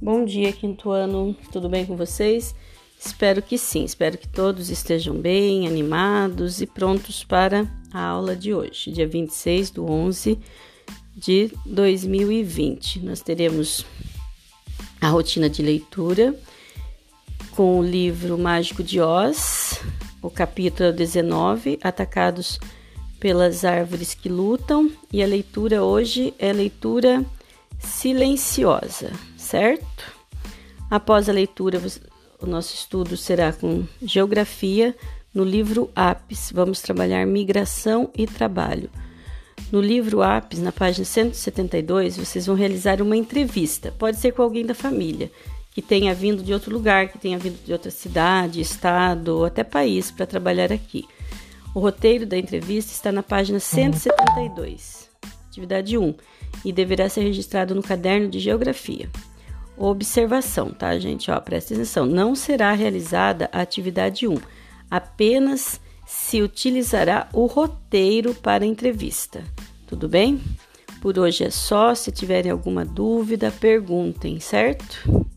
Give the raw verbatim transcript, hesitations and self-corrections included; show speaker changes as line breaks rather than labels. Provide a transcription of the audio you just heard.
Bom dia, quinto ano, tudo bem com vocês? Espero que sim, espero que todos estejam bem, animados e prontos para a aula de hoje, dia vinte e seis de onze de dois mil e vinte. Nós teremos a rotina de leitura com o livro Mágico de Oz, o capítulo dezenove, Atacados pelas Árvores que Lutam, e a leitura hoje é leitura silenciosa, certo? Após a leitura, o nosso estudo será com geografia no livro Apis. Vamos trabalhar migração e trabalho. No livro Apis, na página cento e setenta e dois, vocês vão realizar uma entrevista. Pode ser com alguém da família, que tenha vindo de outro lugar, que tenha vindo de outra cidade, estado ou até país para trabalhar aqui. O roteiro da entrevista está na página cento e setenta e dois, atividade um, e deverá ser registrado no caderno de geografia. Observação, tá, gente? Ó, presta atenção. Não será realizada a atividade um. Apenas se utilizará o roteiro para a entrevista. Tudo bem? Por hoje é só. Se tiverem alguma dúvida, perguntem, certo?